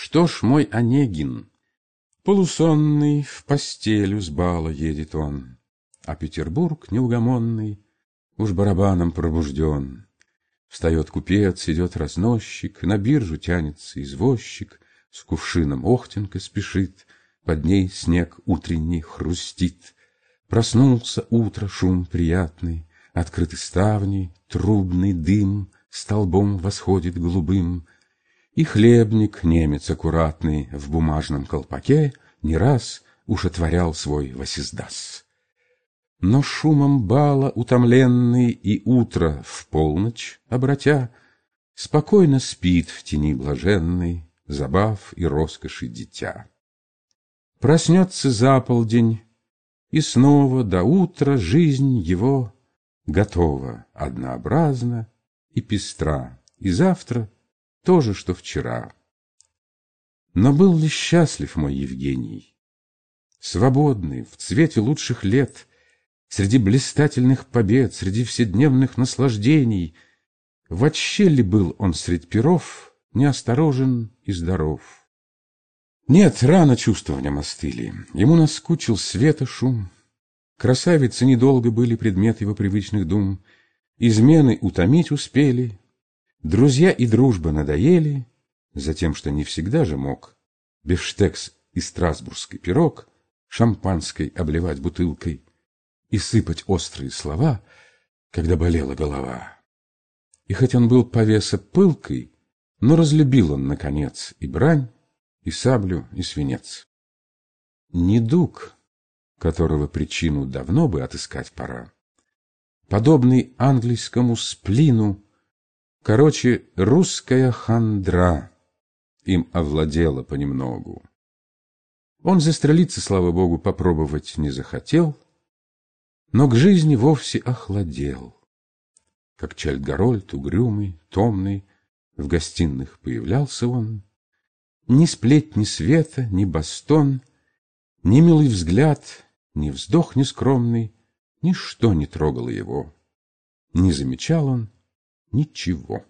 Что ж, мой Онегин, полусонный, в постелю с бала едет он, а Петербург неугомонный уж барабаном пробужден. Встает купец, идет разносчик, на биржу тянется извозчик, с кувшином охтенка спешит, под ней снег утренний хрустит. Проснулся утро, шум приятный, открыты ставни, трубный дым столбом восходит голубым. И хлебник, немец аккуратный, в бумажном колпаке не раз уж отворял свой восиздас. Но шумом бала утомленный и утро в полночь обратя, спокойно спит в тени блаженной забав и роскоши дитя. Проснется за полдень, и снова до утра жизнь его готова, однообразна и пестра, и завтра то же, что вчера. Но был ли счастлив мой Евгений? Свободный, в цвете лучших лет, среди блистательных побед, среди вседневных наслаждений, вообще ли был он средь перов неосторожен и здоров? Нет, рано чувства в нем остыли, ему наскучил света шум. Красавицы недолго были предмет его привычных дум, измены утомить успели, друзья и дружба надоели, затем, что не всегда же мог бифштекс и страсбургский пирог шампанской обливать бутылкой и сыпать острые слова, когда болела голова. И хоть он был повеса пылкой, но разлюбил он, наконец, и брань, и саблю, и свинец. Недуг, которого причину давно бы отыскать пора, подобный английскому сплину, короче, русская хандра им овладела понемногу. Он застрелиться, слава богу, попробовать не захотел, но к жизни вовсе охладел. Как Чайльд-Гарольд, угрюмый, томный, в гостиных появлялся он. Ни сплетни света, ни бостон, ни милый взгляд, ни вздох нескромный, ничто не трогало его. Не замечал он ничего.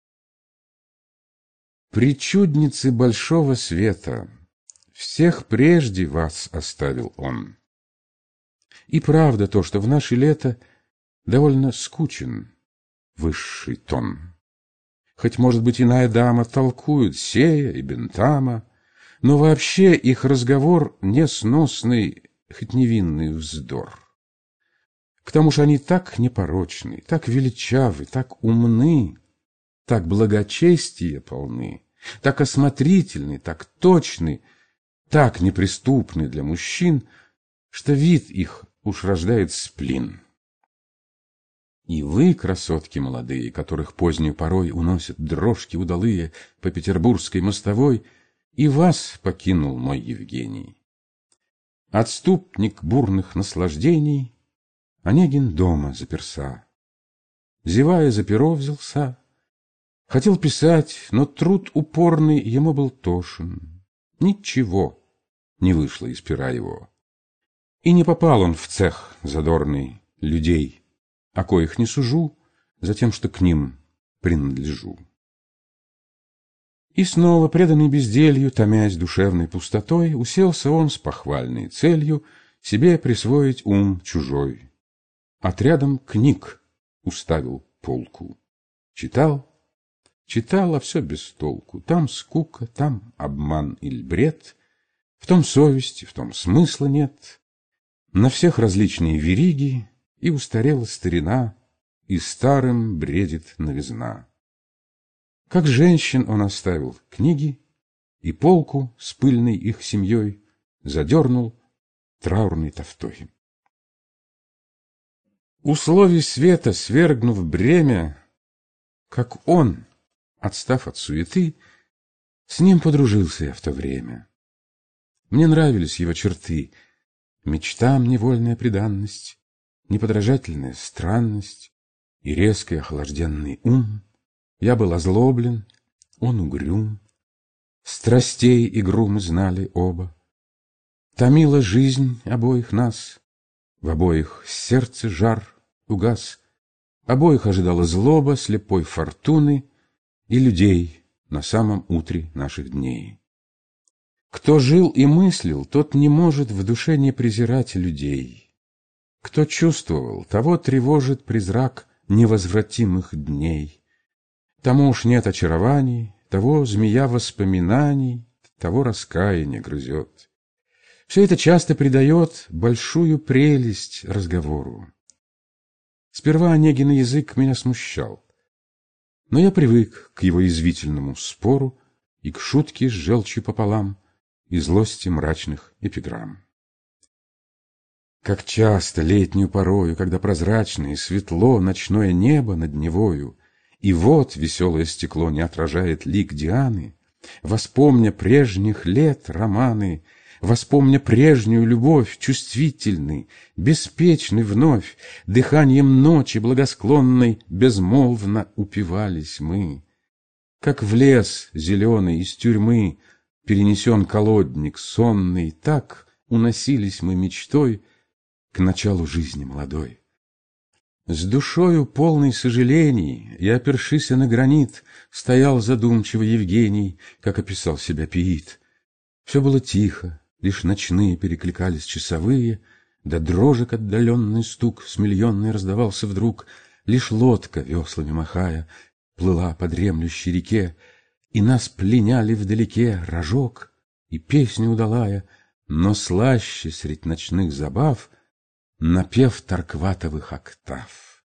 Причудницы большого света, всех прежде вас оставил он. И правда то, что в наше лето довольно скучен высший тон. Хоть, может быть, иная дама толкует сея и бентама, но вообще их разговор несносный, хоть невинный вздор. К тому же они так непорочны, так величавы, так умны, так благочестия полны, так осмотрительны, так точны, так неприступны для мужчин, что вид их уж рождает сплин. И вы, красотки молодые, которых позднюю порой уносят дрожки удалые по петербургской мостовой, и вас покинул мой Евгений. Отступник бурных наслаждений, Онегин дома заперся. Зевая за перо взялся, хотел писать, но труд упорный ему был тошен. Ничего не вышло из пера его. И не попал он в цех задорный людей, о коих не сужу, за тем, что к ним принадлежу. И снова, преданный безделью, томясь душевной пустотой, уселся он с похвальной целью себе присвоить ум чужой. Отрядом книг уставил полку. Читал, а все без толку. Там скука, там обман или бред, в том совести, в том смысла нет. На всех различные вериги, и устарела старина, и старым бредит новизна. Как женщин он оставил книги, и полку с пыльной их семьей задернул траурной тафтой. Условий света свергнув бремя, как он, отстав от суеты, с ним подружился я в то время. Мне нравились его черты, мечтам невольная преданность, неподражательная странность и резкий охлажденный ум. Я был озлоблен, он угрюм, страстей игру мы знали оба. Томила жизнь обоих нас, в обоих сердце жар угас, обоих ожидала злоба слепой фортуны и людей на самом утре наших дней. Кто жил и мыслил, тот не может в душе не презирать людей. Кто чувствовал, того тревожит призрак невозвратимых дней. Тому уж нет очарований, того змея воспоминаний, того раскаяние грызет. Все это часто придает большую прелесть разговору. Сперва Онегин язык меня смущал, но я привык к его язвительному спору и к шутке с желчью пополам и злости мрачных эпиграмм. Как часто летнюю порою, когда прозрачно и светло ночное небо над Невою, и вот веселое стекло не отражает лик Дианы, воспомня прежних лет романы, воспомня прежнюю любовь, чувствительный, беспечный вновь, дыханием ночи благосклонной безмолвно упивались мы. Как в лес зеленый из тюрьмы перенесен колодник сонный, так уносились мы мечтой к началу жизни молодой. С душою полной сожалений и опершися на гранит стоял задумчиво Евгений, как описал себя пиит. Все было тихо, лишь ночные перекликались часовые, да дрожек отдаленный стук с миллионной раздавался вдруг, лишь лодка, веслами махая, плыла по дремлющей реке, и нас пленяли вдалеке рожок и песня удалая, но слаще средь ночных забав напев Торкватовых октав.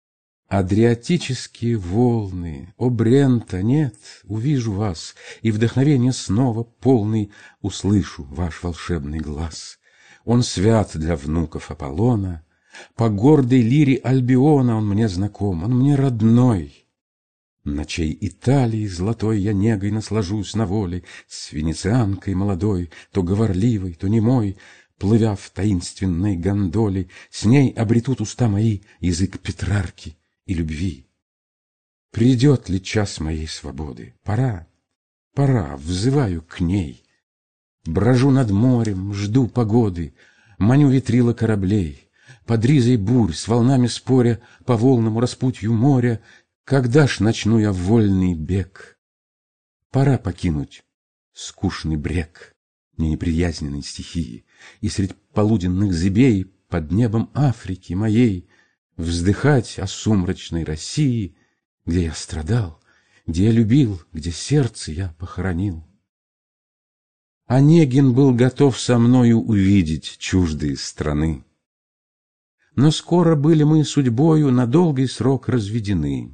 Адриатические волны, о Брента, нет, увижу вас, и вдохновение снова полный услышу ваш волшебный глаз. Он свят для внуков Аполлона, по гордой лире Альбиона он мне знаком, он мне родной. На чей Италии золотой я негой наслажусь на воле, с венецианкой молодой, то говорливой, то немой, плывя в таинственной гондоле, с ней обретут уста мои язык Петрарки и любви. Придет ли час моей свободы? Пора, пора, взываю к ней. Брожу над морем, жду погоды, маню ветрила кораблей. Под ризой бурь, с волнами споря, по волнам распутью моря, когда ж начну я вольный бег? Пора покинуть скучный брег мне неприязненной стихии, и средь полуденных зыбей под небом Африки моей вздыхать о сумрачной России, где я страдал, где я любил, где сердце я похоронил. Онегин был готов со мною увидеть чуждые страны. Но скоро были мы судьбою на долгий срок разведены.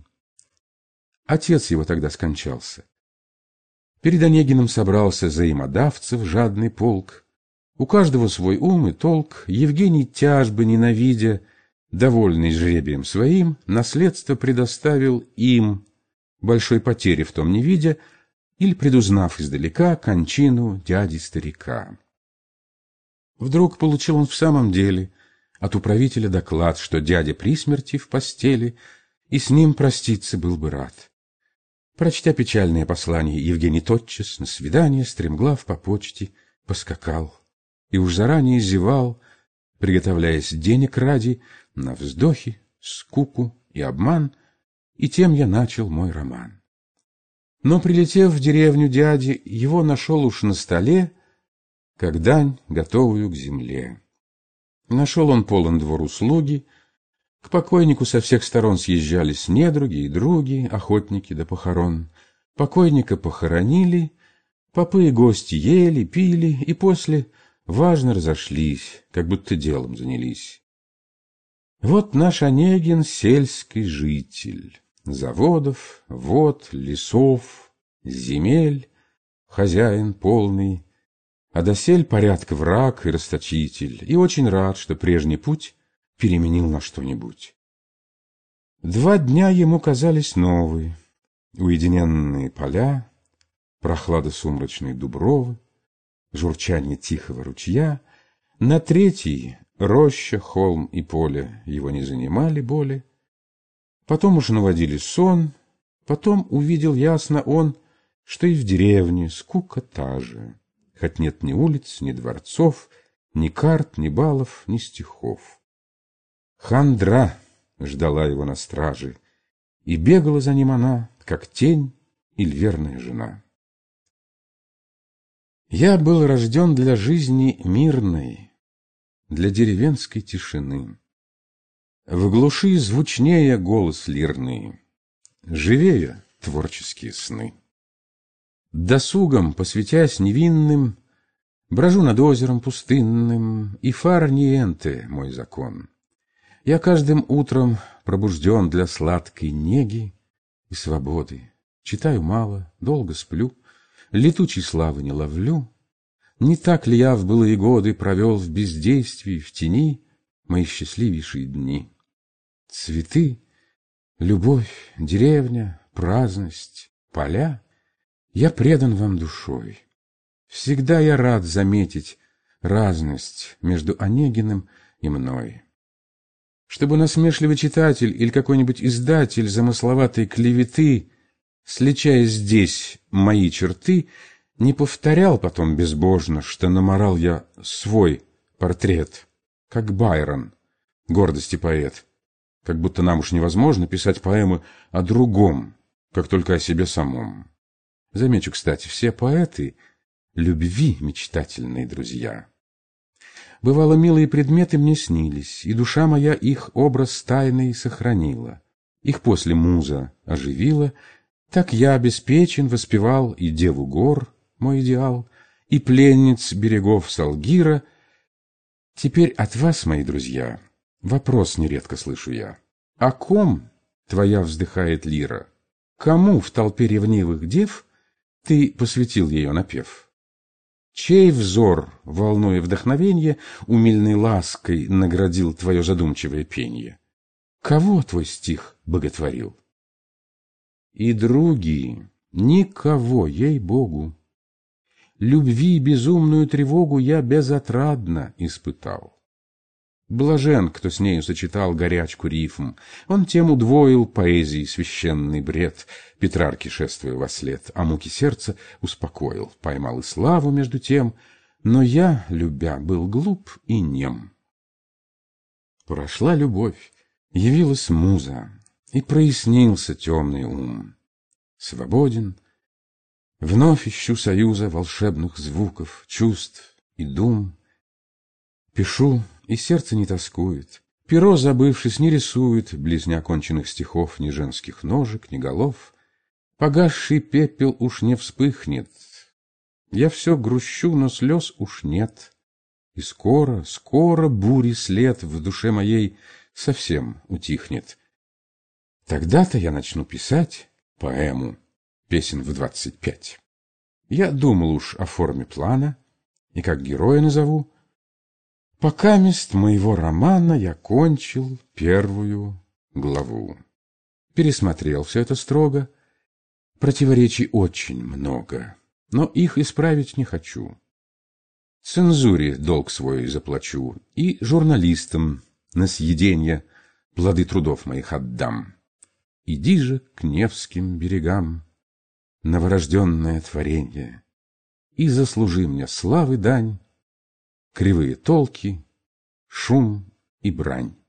Отец его тогда скончался. Перед Онегиным собрался взаимодавцев жадный полк. У каждого свой ум и толк. Евгений, тяжбы ненавидя, довольный жребием своим, наследство предоставил им, большой потери в том не видя, или предузнав издалека кончину дяди-старика. Вдруг получил он в самом деле от управителя доклад, что дядя при смерти в постели, и с ним проститься был бы рад. Прочтя печальное послание, Евгений тотчас на свидание, стремглав по почте, поскакал и уж заранее зевал, приготовляясь денег ради на вздохи, скуку и обман, и тем я начал мой роман. Но, прилетев в деревню дяди, его нашел уж на столе, как дань, готовую к земле. Нашел он полон двор услуги. К покойнику со всех сторон съезжались недруги и други, охотники до похорон. Покойника похоронили, попы и гости ели, пили, и после важно разошлись, как будто делом занялись. Вот наш Онегин сельский житель, заводов, вод, лесов, земель, хозяин полный, а досель порядка враг и расточитель, и очень рад, что прежний путь переменил на что-нибудь. 2 дня ему казались новые: уединенные поля, прохлада сумрачной дубровы, журчание тихого ручья. На 3-й роща, холм и поле его не занимали боли. Потом уж наводили сон, потом увидел ясно он, что и в деревне скука та же, хоть нет ни улиц, ни дворцов, ни карт, ни балов, ни стихов. Хандра ждала его на страже, и бегала за ним она, как тень или верная жена. Я был рожден для жизни мирной, для деревенской тишины. В глуши звучнее голос лирный, живее творческие сны. Досугом, посвятясь невинным, брожу над озером пустынным, и фар ниенте мой закон. Я каждым утром пробужден для сладкой неги и свободы. Читаю мало, долго сплю, летучей славы не ловлю. Не так ли я в былые годы провел в бездействии, в тени мои счастливейшие дни? Цветы, любовь, деревня, праздность, поля — я предан вам душой. Всегда я рад заметить разность между Онегиным и мной. Чтобы насмешливый читатель или какой-нибудь издатель замысловатой клеветы, сличая здесь мои черты, не повторял потом безбожно, что наморал я свой портрет, как Байрон, гордости поэт, как будто нам уж невозможно писать поэмы о другом, как только о себе самом. Замечу, кстати, все поэты — любви мечтательные друзья. Бывало, милые предметы мне снились, и душа моя их образ тайный сохранила. Их после муза оживила, так я обеспечен воспевал и деву гор, мой идеал, и пленниц берегов Салгира. Теперь от вас, мои друзья, вопрос нередко слышу я. О ком твоя вздыхает лира? Кому в толпе ревнивых дев ты посвятил ее напев? Чей взор, волнуя вдохновенье, умильной лаской наградил твое задумчивое пенье? Кого твой стих боготворил? И други, никого, ей-богу. Любви безумную тревогу я безотрадно испытал. Блажен, кто с нею сочетал горячку рифм, он тем удвоил поэзии священный бред, Петрарке шествуя вослед, а муки сердца успокоил, поймал и славу между тем, но я, любя, был глуп и нем. Прошла любовь, явилась муза, и прояснился темный ум. Свободен, вновь ищу союза волшебных звуков, чувств и дум. Пишу, и сердце не тоскует, перо, забывшись, не рисует близ неоконченных стихов ни женских ножек, ни голов. Погасший пепел уж не вспыхнет. Я все грущу, но слез уж нет. И скоро, скоро бури след в душе моей совсем утихнет. Тогда-то я начну писать поэму, песен в 25. Я думал уж о форме плана, и как героя назову. Покамест моего романа я кончил первую главу. Пересмотрел все это строго. Противоречий очень много, но их исправить не хочу. Цензуре долг свой заплачу и журналистам на съеденье плоды трудов моих отдам. Иди же к Невским берегам, новорожденное творенье, и заслужи мне славы дань, кривые толки, шум и брань.